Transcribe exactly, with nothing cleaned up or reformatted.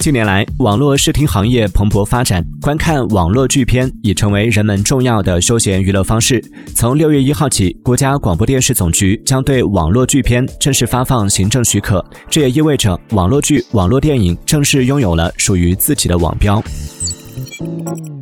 近年来，网络视听行业蓬勃发展，观看网络剧片已成为人们重要的休闲娱乐方式。从六月一号起，国家广播电视总局将对网络剧片正式发放行政许可，这也意味着网络剧、网络电影正式拥有了属于自己的网标。